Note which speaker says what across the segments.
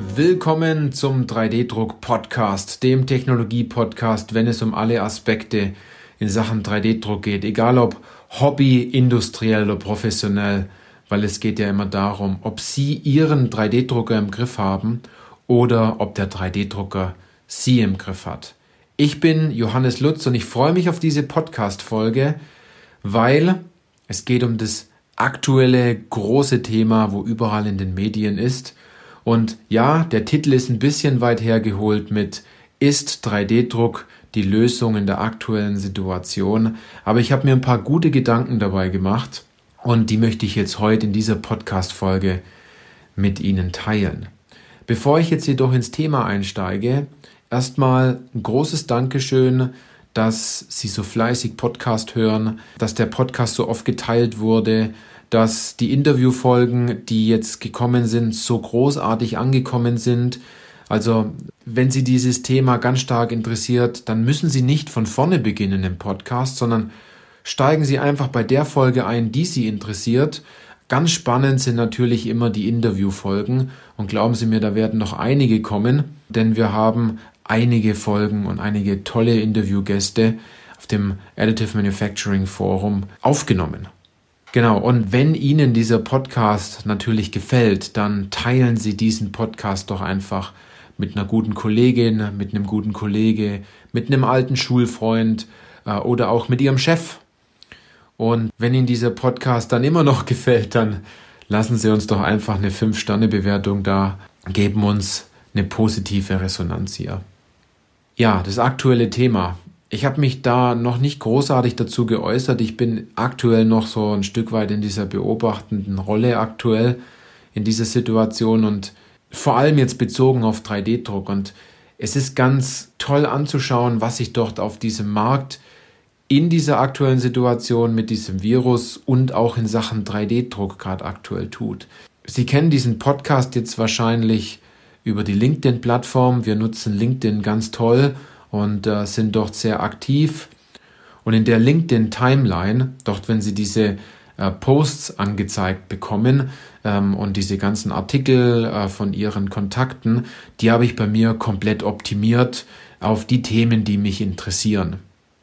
Speaker 1: Willkommen zum 3D-Druck-Podcast, dem Technologie-Podcast, wenn es um alle Aspekte in Sachen 3D-Druck geht, egal ob Hobby, industriell oder professionell, weil es geht ja immer darum, ob Sie Ihren 3D-Drucker im Griff haben oder ob der 3D-Drucker Sie im Griff hat. Ich bin Johannes Lutz und ich freue mich auf diese Podcast-Folge, weil es geht um das aktuelle große Thema, wo überall in den Medien ist. Und ja, der Titel ist ein bisschen weit hergeholt mit "Ist 3D-Druck die Lösung in der aktuellen Situation?" Aber ich habe mir ein paar gute Gedanken dabei gemacht und die möchte ich jetzt heute in dieser Podcast-Folge mit Ihnen teilen. Bevor ich jetzt jedoch ins Thema einsteige, erstmal ein großes Dankeschön, dass Sie so fleißig Podcast hören, dass der Podcast so oft geteilt wurde, dass die Interviewfolgen, die jetzt gekommen sind, so großartig angekommen sind. Also, wenn Sie dieses Thema ganz stark interessiert, dann müssen Sie nicht von vorne beginnen im Podcast, sondern steigen Sie einfach bei der Folge ein, die Sie interessiert. Ganz spannend sind natürlich immer die Interviewfolgen und glauben Sie mir, da werden noch einige kommen, denn wir haben einige Folgen und einige tolle Interviewgäste auf dem Additive Manufacturing Forum aufgenommen. Genau, und wenn Ihnen dieser Podcast natürlich gefällt, dann teilen Sie diesen Podcast doch einfach mit einer guten Kollegin, mit einem guten Kollege, mit einem alten Schulfreund oder auch mit Ihrem Chef. Und wenn Ihnen dieser Podcast dann immer noch gefällt, dann lassen Sie uns doch einfach eine 5-Sterne-Bewertung da, geben uns eine positive Resonanz hier. Ja, das aktuelle Thema. Ich habe mich da noch nicht großartig dazu geäußert. Ich bin aktuell noch so ein Stück weit in dieser beobachtenden Rolle aktuell in dieser Situation und vor allem jetzt bezogen auf 3D-Druck. Und es ist ganz toll anzuschauen, was sich dort auf diesem Markt in dieser aktuellen Situation mit diesem Virus und auch in Sachen 3D-Druck gerade aktuell tut. Sie kennen diesen Podcast jetzt wahrscheinlich über die LinkedIn-Plattform. Wir nutzen LinkedIn ganz toll und sind dort sehr aktiv. Und in der LinkedIn-Timeline, dort wenn Sie diese Posts angezeigt bekommen und diese ganzen Artikel von Ihren Kontakten, die habe ich bei mir komplett optimiert auf die Themen, die mich interessieren.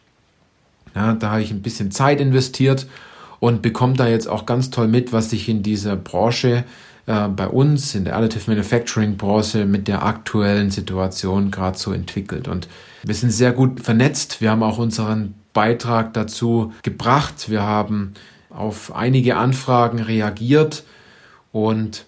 Speaker 1: Ja, da habe ich ein bisschen Zeit investiert und bekomme da jetzt auch ganz toll mit, was sich in dieser Branche bei uns, in der Additive Manufacturing Branche mit der aktuellen Situation gerade so entwickelt. Und wir sind sehr gut vernetzt. Wir haben auch unseren Beitrag dazu gebracht. Wir haben auf einige Anfragen reagiert und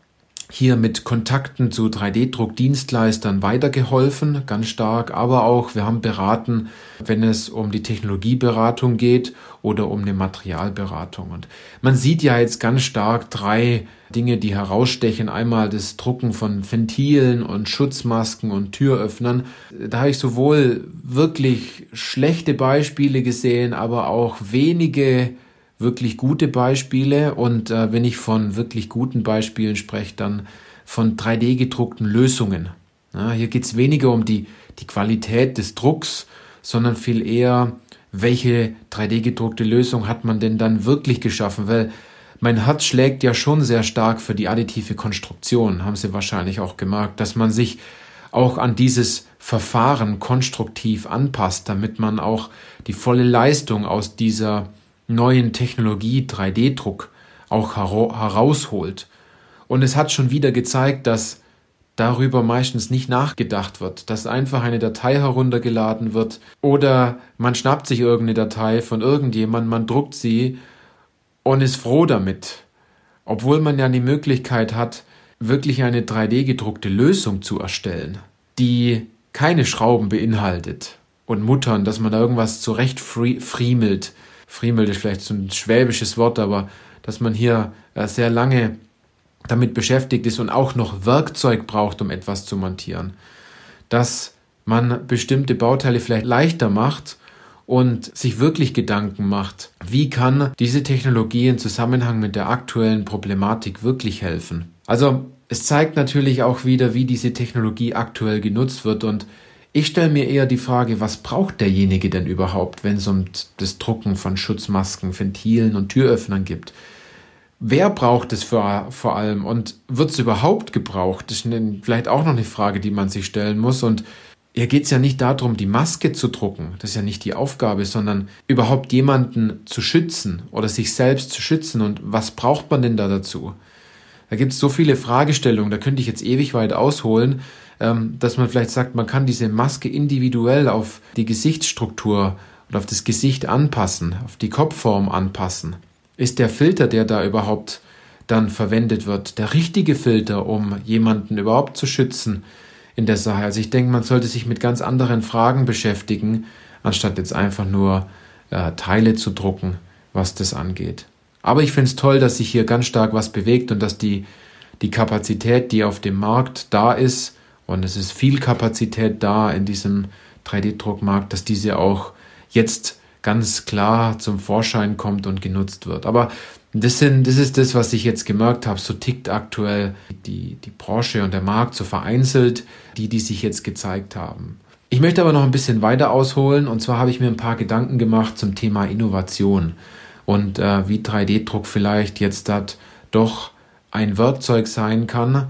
Speaker 1: hier mit Kontakten zu 3D-Druck-Dienstleistern weitergeholfen, ganz stark, aber auch wir haben beraten, wenn es um die Technologieberatung geht oder um eine Materialberatung. Und man sieht ja jetzt ganz stark 3 Dinge, die herausstechen. Einmal das Drucken von Ventilen und Schutzmasken und Türöffnern. Da habe ich sowohl wirklich schlechte Beispiele gesehen, aber auch wenige wirklich gute Beispiele und wenn ich von wirklich guten Beispielen spreche, dann von 3D-gedruckten Lösungen. Ja, hier geht es weniger um die Qualität des Drucks, sondern viel eher, welche 3D-gedruckte Lösung hat man denn dann wirklich geschaffen, weil mein Herz schlägt ja schon sehr stark für die additive Konstruktion, haben Sie wahrscheinlich auch gemerkt, dass man sich auch an dieses Verfahren konstruktiv anpasst, damit man auch die volle Leistung aus dieser neuen Technologie 3D-Druck auch herausholt. Und es hat schon wieder gezeigt, dass darüber meistens nicht nachgedacht wird, dass einfach eine Datei heruntergeladen wird oder man schnappt sich irgendeine Datei von irgendjemandem, man druckt sie und ist froh damit. Obwohl man ja die Möglichkeit hat, wirklich eine 3D-gedruckte Lösung zu erstellen, die keine Schrauben beinhaltet und Muttern, dass man da irgendwas zurecht friemelt. Friemelt ist vielleicht so ein schwäbisches Wort, aber dass man hier sehr lange damit beschäftigt ist und auch noch Werkzeug braucht, um etwas zu montieren. Dass man bestimmte Bauteile vielleicht leichter macht und sich wirklich Gedanken macht, wie kann diese Technologie im Zusammenhang mit der aktuellen Problematik wirklich helfen. Also es zeigt natürlich auch wieder, wie diese Technologie aktuell genutzt wird und ich stelle mir eher die Frage, was braucht derjenige denn überhaupt, wenn es um das Drucken von Schutzmasken, Ventilen und Türöffnern geht? Wer braucht es vor allem und wird es überhaupt gebraucht? Das ist vielleicht auch noch eine Frage, die man sich stellen muss. Und hier geht es ja nicht darum, die Maske zu drucken, das ist ja nicht die Aufgabe, sondern überhaupt jemanden zu schützen oder sich selbst zu schützen. Und was braucht man denn da dazu? Da gibt es so viele Fragestellungen, da könnte ich jetzt ewig weit ausholen, dass man vielleicht sagt, man kann diese Maske individuell auf die Gesichtsstruktur oder auf das Gesicht anpassen, auf die Kopfform anpassen. Ist der Filter, der da überhaupt dann verwendet wird, der richtige Filter, um jemanden überhaupt zu schützen in der Sache? Also ich denke, man sollte sich mit ganz anderen Fragen beschäftigen, anstatt jetzt einfach nur Teile zu drucken, was das angeht. Aber ich finde es toll, dass sich hier ganz stark was bewegt und dass die Kapazität, die auf dem Markt da ist, und es ist viel Kapazität da in diesem 3D-Druckmarkt, dass diese auch jetzt ganz klar zum Vorschein kommt und genutzt wird. Aber das ist das, was ich jetzt gemerkt habe. So tickt aktuell die Branche und der Markt so vereinzelt, die sich jetzt gezeigt haben. Ich möchte aber noch ein bisschen weiter ausholen. Und zwar habe ich mir ein paar Gedanken gemacht zum Thema Innovation und wie 3D-Druck vielleicht jetzt doch ein Werkzeug sein kann,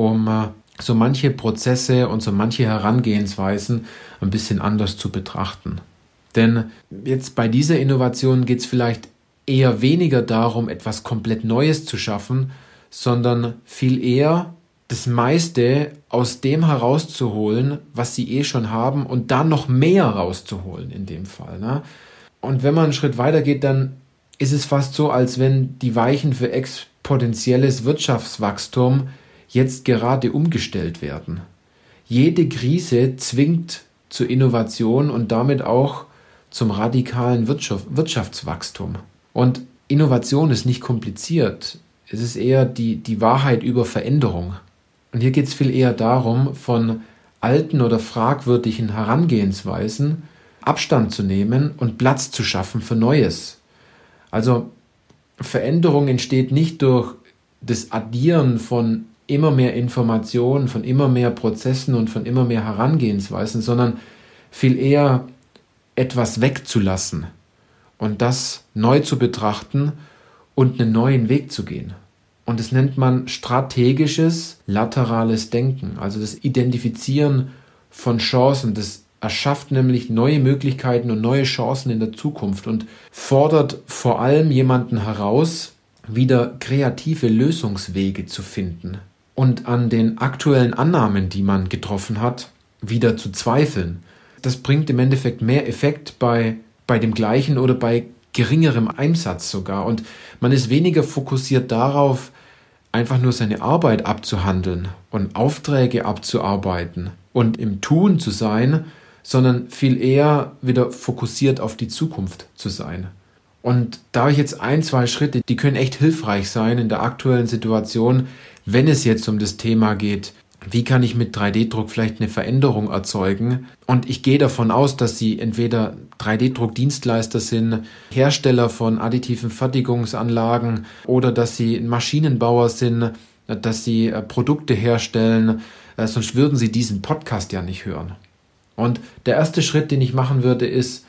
Speaker 1: um so manche Prozesse und so manche Herangehensweisen ein bisschen anders zu betrachten. Denn jetzt bei dieser Innovation geht es vielleicht eher weniger darum, etwas komplett Neues zu schaffen, sondern viel eher das meiste aus dem herauszuholen, was sie schon haben und dann noch mehr rauszuholen in dem Fall. Ne? Und wenn man einen Schritt weiter geht, dann ist es fast so, als wenn die Weichen für exponentielles Wirtschaftswachstum jetzt gerade umgestellt werden. Jede Krise zwingt zur Innovation und damit auch zum radikalen Wirtschaftswachstum. Und Innovation ist nicht kompliziert. Es ist eher die Wahrheit über Veränderung. Und hier geht es viel eher darum, von alten oder fragwürdigen Herangehensweisen Abstand zu nehmen und Platz zu schaffen für Neues. Also Veränderung entsteht nicht durch das Addieren von immer mehr Informationen, von immer mehr Prozessen und von immer mehr Herangehensweisen, sondern viel eher etwas wegzulassen und das neu zu betrachten und einen neuen Weg zu gehen. Und das nennt man strategisches, laterales Denken, also das Identifizieren von Chancen. Das erschafft nämlich neue Möglichkeiten und neue Chancen in der Zukunft und fordert vor allem jemanden heraus, wieder kreative Lösungswege zu finden und an den aktuellen Annahmen, die man getroffen hat, wieder zu zweifeln. Das bringt im Endeffekt mehr Effekt bei dem gleichen oder bei geringerem Einsatz sogar. Und man ist weniger fokussiert darauf, einfach nur seine Arbeit abzuhandeln und Aufträge abzuarbeiten und im Tun zu sein, sondern viel eher wieder fokussiert auf die Zukunft zu sein. Und da habe ich jetzt 2 Schritte, die können echt hilfreich sein in der aktuellen Situation, wenn es jetzt um das Thema geht, wie kann ich mit 3D-Druck vielleicht eine Veränderung erzeugen? Und ich gehe davon aus, dass Sie entweder 3D-Druck-Dienstleister sind, Hersteller von additiven Fertigungsanlagen oder dass Sie ein Maschinenbauer sind, dass Sie Produkte herstellen, sonst würden Sie diesen Podcast ja nicht hören. Und der erste Schritt, den ich machen würde, ist,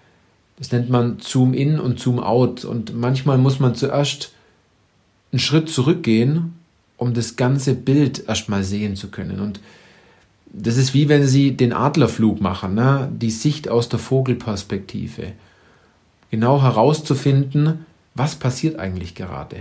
Speaker 1: das nennt man Zoom in und Zoom out. Und manchmal muss man zuerst einen Schritt zurückgehen, um das ganze Bild erstmal sehen zu können. Und das ist wie wenn Sie den Adlerflug machen, ne? Die Sicht aus der Vogelperspektive. Genau herauszufinden, was passiert eigentlich gerade.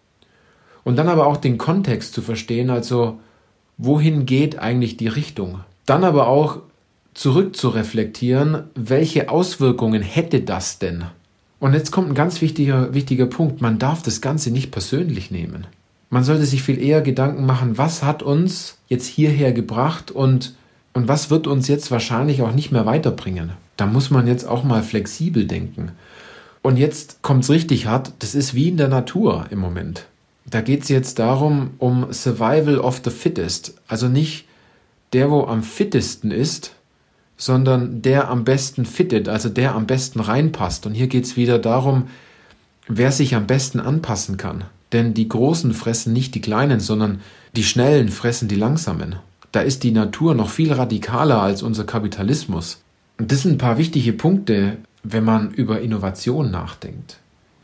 Speaker 1: Und dann aber auch den Kontext zu verstehen, also wohin geht eigentlich die Richtung. Dann aber auch zurück zu reflektieren, welche Auswirkungen hätte das denn? Und jetzt kommt ein ganz wichtiger Punkt. Man darf das Ganze nicht persönlich nehmen. Man sollte sich viel eher Gedanken machen, was hat uns jetzt hierher gebracht und was wird uns jetzt wahrscheinlich auch nicht mehr weiterbringen. Da muss man jetzt auch mal flexibel denken. Und jetzt kommt es richtig hart, das ist wie in der Natur im Moment. Da geht es jetzt darum, um Survival of the Fittest. Also nicht der, wo am fittesten ist, sondern der am besten fittet, also der am besten reinpasst. Und hier geht es wieder darum, wer sich am besten anpassen kann. Denn die Großen fressen nicht die Kleinen, sondern die Schnellen fressen die Langsamen. Da ist die Natur noch viel radikaler als unser Kapitalismus. Und das sind ein paar wichtige Punkte, wenn man über Innovation nachdenkt.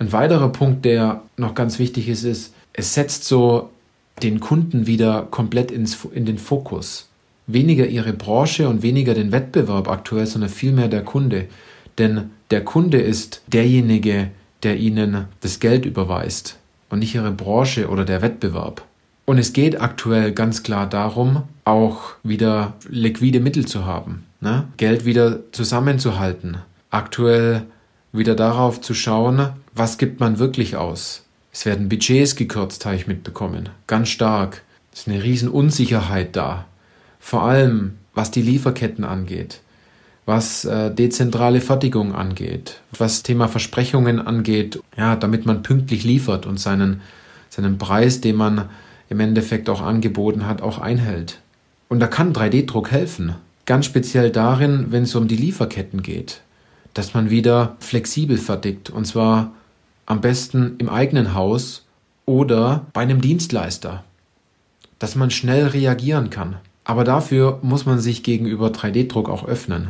Speaker 1: Ein weiterer Punkt, der noch ganz wichtig ist, es setzt so den Kunden wieder komplett in den Fokus. Weniger ihre Branche und weniger den Wettbewerb aktuell, sondern vielmehr der Kunde. Denn der Kunde ist derjenige, der ihnen das Geld überweist und nicht ihre Branche oder der Wettbewerb. Und es geht aktuell ganz klar darum, auch wieder liquide Mittel zu haben, ne? Geld wieder zusammenzuhalten. Aktuell wieder darauf zu schauen, was gibt man wirklich aus. Es werden Budgets gekürzt, habe ich mitbekommen. Ganz stark. Es ist eine riesen Unsicherheit da. Vor allem, was die Lieferketten angeht, was dezentrale Fertigung angeht, was Thema Versprechungen angeht, ja, damit man pünktlich liefert und seinen Preis, den man im Endeffekt auch angeboten hat, auch einhält. Und da kann 3D-Druck helfen. Ganz speziell darin, wenn es um die Lieferketten geht, dass man wieder flexibel fertigt, und zwar am besten im eigenen Haus oder bei einem Dienstleister, dass man schnell reagieren kann. Aber dafür muss man sich gegenüber 3D-Druck auch öffnen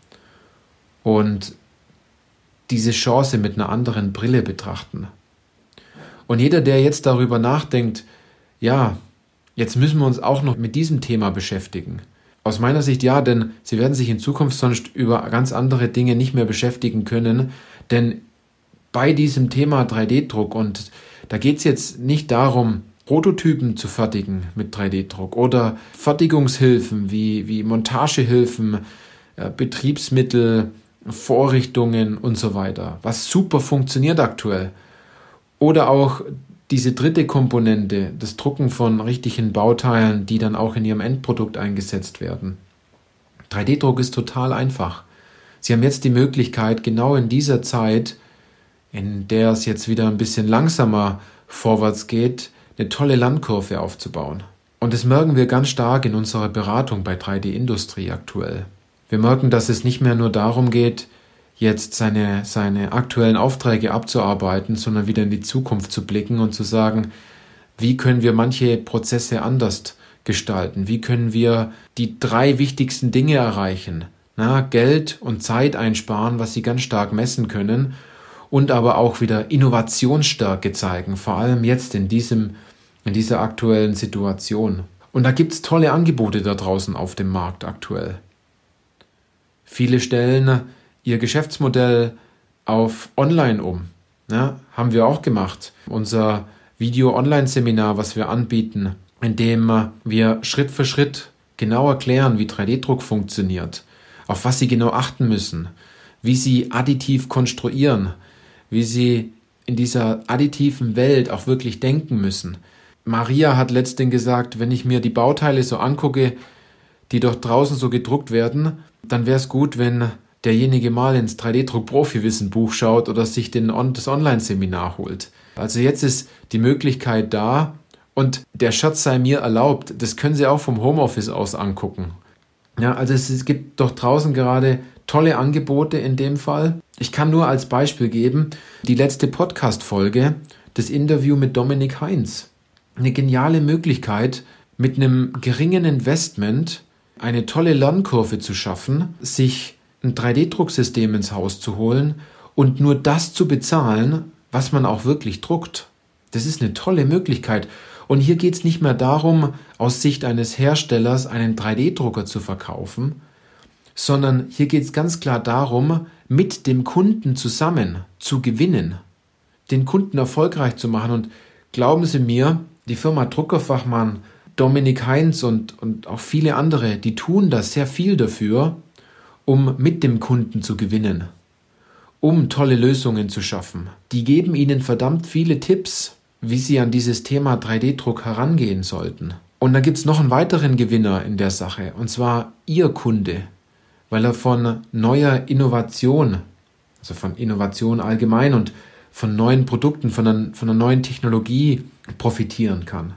Speaker 1: und diese Chance mit einer anderen Brille betrachten. Und jeder, der jetzt darüber nachdenkt, ja, jetzt müssen wir uns auch noch mit diesem Thema beschäftigen. Aus meiner Sicht ja, denn sie werden sich in Zukunft sonst über ganz andere Dinge nicht mehr beschäftigen können, denn bei diesem Thema 3D-Druck, und da geht es jetzt nicht darum, Prototypen zu fertigen mit 3D-Druck oder Fertigungshilfen wie Montagehilfen, Betriebsmittel, Vorrichtungen und so weiter, was super funktioniert aktuell. Oder auch diese dritte Komponente, das Drucken von richtigen Bauteilen, die dann auch in ihrem Endprodukt eingesetzt werden. 3D-Druck ist total einfach. Sie haben jetzt die Möglichkeit, genau in dieser Zeit, in der es jetzt wieder ein bisschen langsamer vorwärts geht, eine tolle Lernkurve aufzubauen. Und das merken wir ganz stark in unserer Beratung bei 3D-Industrie aktuell. Wir merken, dass es nicht mehr nur darum geht, jetzt seine aktuellen Aufträge abzuarbeiten, sondern wieder in die Zukunft zu blicken und zu sagen, wie können wir manche Prozesse anders gestalten? Wie können wir die 3 wichtigsten Dinge erreichen? Geld und Zeit einsparen, was sie ganz stark messen können, und aber auch wieder Innovationsstärke zeigen, vor allem jetzt in dieser aktuellen Situation. Und da gibt es tolle Angebote da draußen auf dem Markt aktuell. Viele stellen ihr Geschäftsmodell auf Online um. Ja, haben wir auch gemacht. Unser Video-Online-Seminar, was wir anbieten, in dem wir Schritt für Schritt genau erklären, wie 3D-Druck funktioniert, auf was Sie genau achten müssen, wie Sie additiv konstruieren, wie Sie in dieser additiven Welt auch wirklich denken müssen. Maria hat letztens gesagt, wenn ich mir die Bauteile so angucke, die dort draußen so gedruckt werden, dann wäre es gut, wenn derjenige mal ins 3D-Druck-Profi-Wissen-Buch schaut oder sich das Online-Seminar holt. Also jetzt ist die Möglichkeit da, und der Scherz sei mir erlaubt, das können Sie auch vom Homeoffice aus angucken. Ja, also es gibt doch draußen gerade tolle Angebote in dem Fall. Ich kann nur als Beispiel geben, die letzte Podcast-Folge, das Interview mit Dominik Heinz. Eine geniale Möglichkeit, mit einem geringen Investment eine tolle Lernkurve zu schaffen, sich ein 3D-Drucksystem ins Haus zu holen und nur das zu bezahlen, was man auch wirklich druckt. Das ist eine tolle Möglichkeit. Und hier geht es nicht mehr darum, aus Sicht eines Herstellers einen 3D-Drucker zu verkaufen, sondern hier geht es ganz klar darum, mit dem Kunden zusammen zu gewinnen, den Kunden erfolgreich zu machen. Und glauben Sie mir, die Firma Druckerfachmann, Dominik Heinz und auch viele andere, die tun das sehr viel dafür, um mit dem Kunden zu gewinnen, um tolle Lösungen zu schaffen. Die geben Ihnen verdammt viele Tipps, wie Sie an dieses Thema 3D-Druck herangehen sollten. Und dann gibt es noch einen weiteren Gewinner in der Sache, und zwar Ihr Kunde, weil er von neuer Innovation, also von Innovation allgemein und von neuen Produkten, von einer neuen Technologie profitieren kann.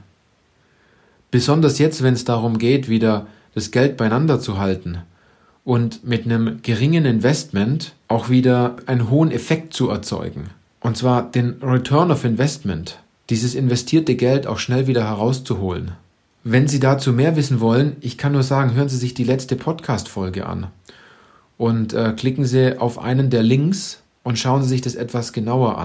Speaker 1: Besonders jetzt, wenn es darum geht, wieder das Geld beieinander zu halten und mit einem geringen Investment auch wieder einen hohen Effekt zu erzeugen. Und zwar den Return of Investment, dieses investierte Geld auch schnell wieder herauszuholen. Wenn Sie dazu mehr wissen wollen, ich kann nur sagen, hören Sie sich die letzte Podcast-Folge an und klicken Sie auf einen der Links und schauen Sie sich das etwas genauer an.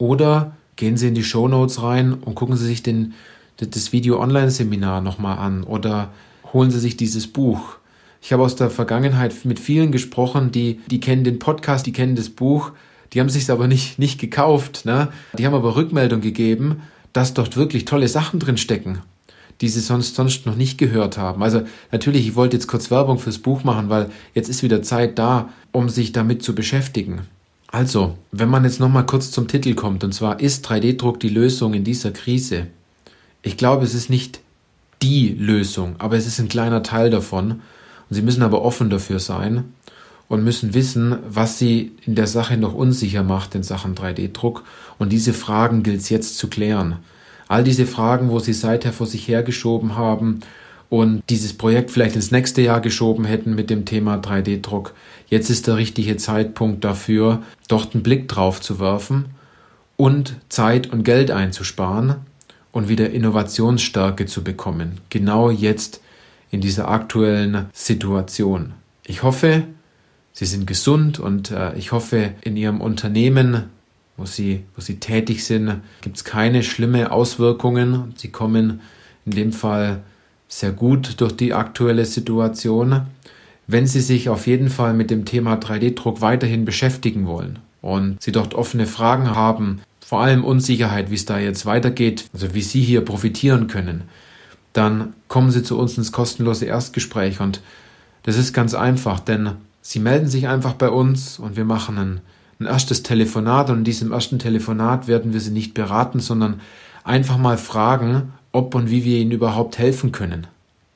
Speaker 1: Oder gehen Sie in die Shownotes rein und gucken Sie sich das Video-Online-Seminar nochmal an oder holen Sie sich dieses Buch. Ich habe aus der Vergangenheit mit vielen gesprochen, die kennen den Podcast, die kennen das Buch, die haben es sich aber nicht gekauft, ne? Die haben aber Rückmeldung gegeben, dass dort wirklich tolle Sachen drin stecken, die sie sonst noch nicht gehört haben. Also natürlich, ich wollte jetzt kurz Werbung fürs Buch machen, weil jetzt ist wieder Zeit da, um sich damit zu beschäftigen. Also, wenn man jetzt nochmal kurz zum Titel kommt, und zwar ist 3D-Druck die Lösung in dieser Krise? Ich glaube, es ist nicht die Lösung, aber es ist ein kleiner Teil davon. Und Sie müssen aber offen dafür sein und müssen wissen, was Sie in der Sache noch unsicher macht in Sachen 3D-Druck. Und diese Fragen gilt es jetzt zu klären. All diese Fragen, wo Sie seither vor sich hergeschoben haben und dieses Projekt vielleicht ins nächste Jahr geschoben hätten mit dem Thema 3D-Druck. Jetzt ist der richtige Zeitpunkt dafür, dort einen Blick drauf zu werfen und Zeit und Geld einzusparen und wieder Innovationsstärke zu bekommen. Genau jetzt in dieser aktuellen Situation. Ich hoffe, Sie sind gesund und ich hoffe, in Ihrem Unternehmen, wo Sie tätig sind, gibt es keine schlimmen Auswirkungen. Sie kommen in dem Fall sehr gut durch die aktuelle Situation. Wenn Sie sich auf jeden Fall mit dem Thema 3D-Druck weiterhin beschäftigen wollen und Sie dort offene Fragen haben, vor allem Unsicherheit, wie es da jetzt weitergeht, also wie Sie hier profitieren können, dann kommen Sie zu uns ins kostenlose Erstgespräch und das ist ganz einfach, denn Sie melden sich einfach bei uns und wir machen ein erstes Telefonat und in diesem ersten Telefonat werden wir Sie nicht beraten, sondern einfach mal fragen, ob und wie wir Ihnen überhaupt helfen können.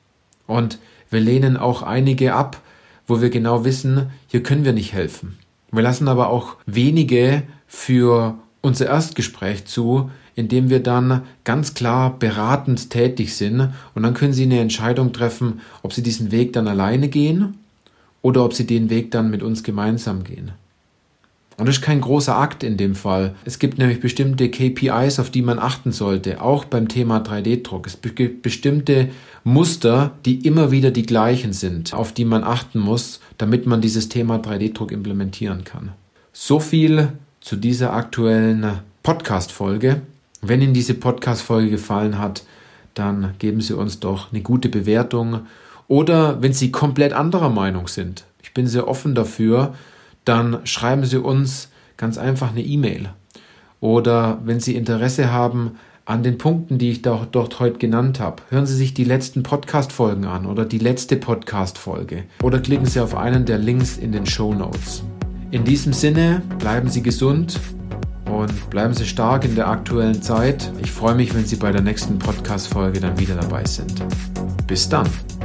Speaker 1: Und wir lehnen auch einige ab, wo wir genau wissen, hier können wir nicht helfen. Wir lassen aber auch wenige für unser Erstgespräch zu, indem wir dann ganz klar beratend tätig sind und dann können Sie eine Entscheidung treffen, ob Sie diesen Weg dann alleine gehen oder ob Sie den Weg dann mit uns gemeinsam gehen. Und das ist kein großer Akt in dem Fall. Es gibt nämlich bestimmte KPIs, auf die man achten sollte, auch beim Thema 3D-Druck. Es gibt bestimmte Muster, die immer wieder die gleichen sind, auf die man achten muss, damit man dieses Thema 3D-Druck implementieren kann. So viel zu dieser aktuellen Podcast-Folge. Wenn Ihnen diese Podcast-Folge gefallen hat, dann geben Sie uns doch eine gute Bewertung. Oder wenn Sie komplett anderer Meinung sind, ich bin sehr offen dafür, dann schreiben Sie uns ganz einfach eine E-Mail. Oder wenn Sie Interesse haben an den Punkten, die ich dort heute genannt habe, hören Sie sich die letzten Podcast-Folgen an oder die letzte Podcast-Folge. Oder klicken Sie auf einen der Links in den Shownotes. In diesem Sinne, bleiben Sie gesund und bleiben Sie stark in der aktuellen Zeit. Ich freue mich, wenn Sie bei der nächsten Podcast-Folge dann wieder dabei sind. Bis dann.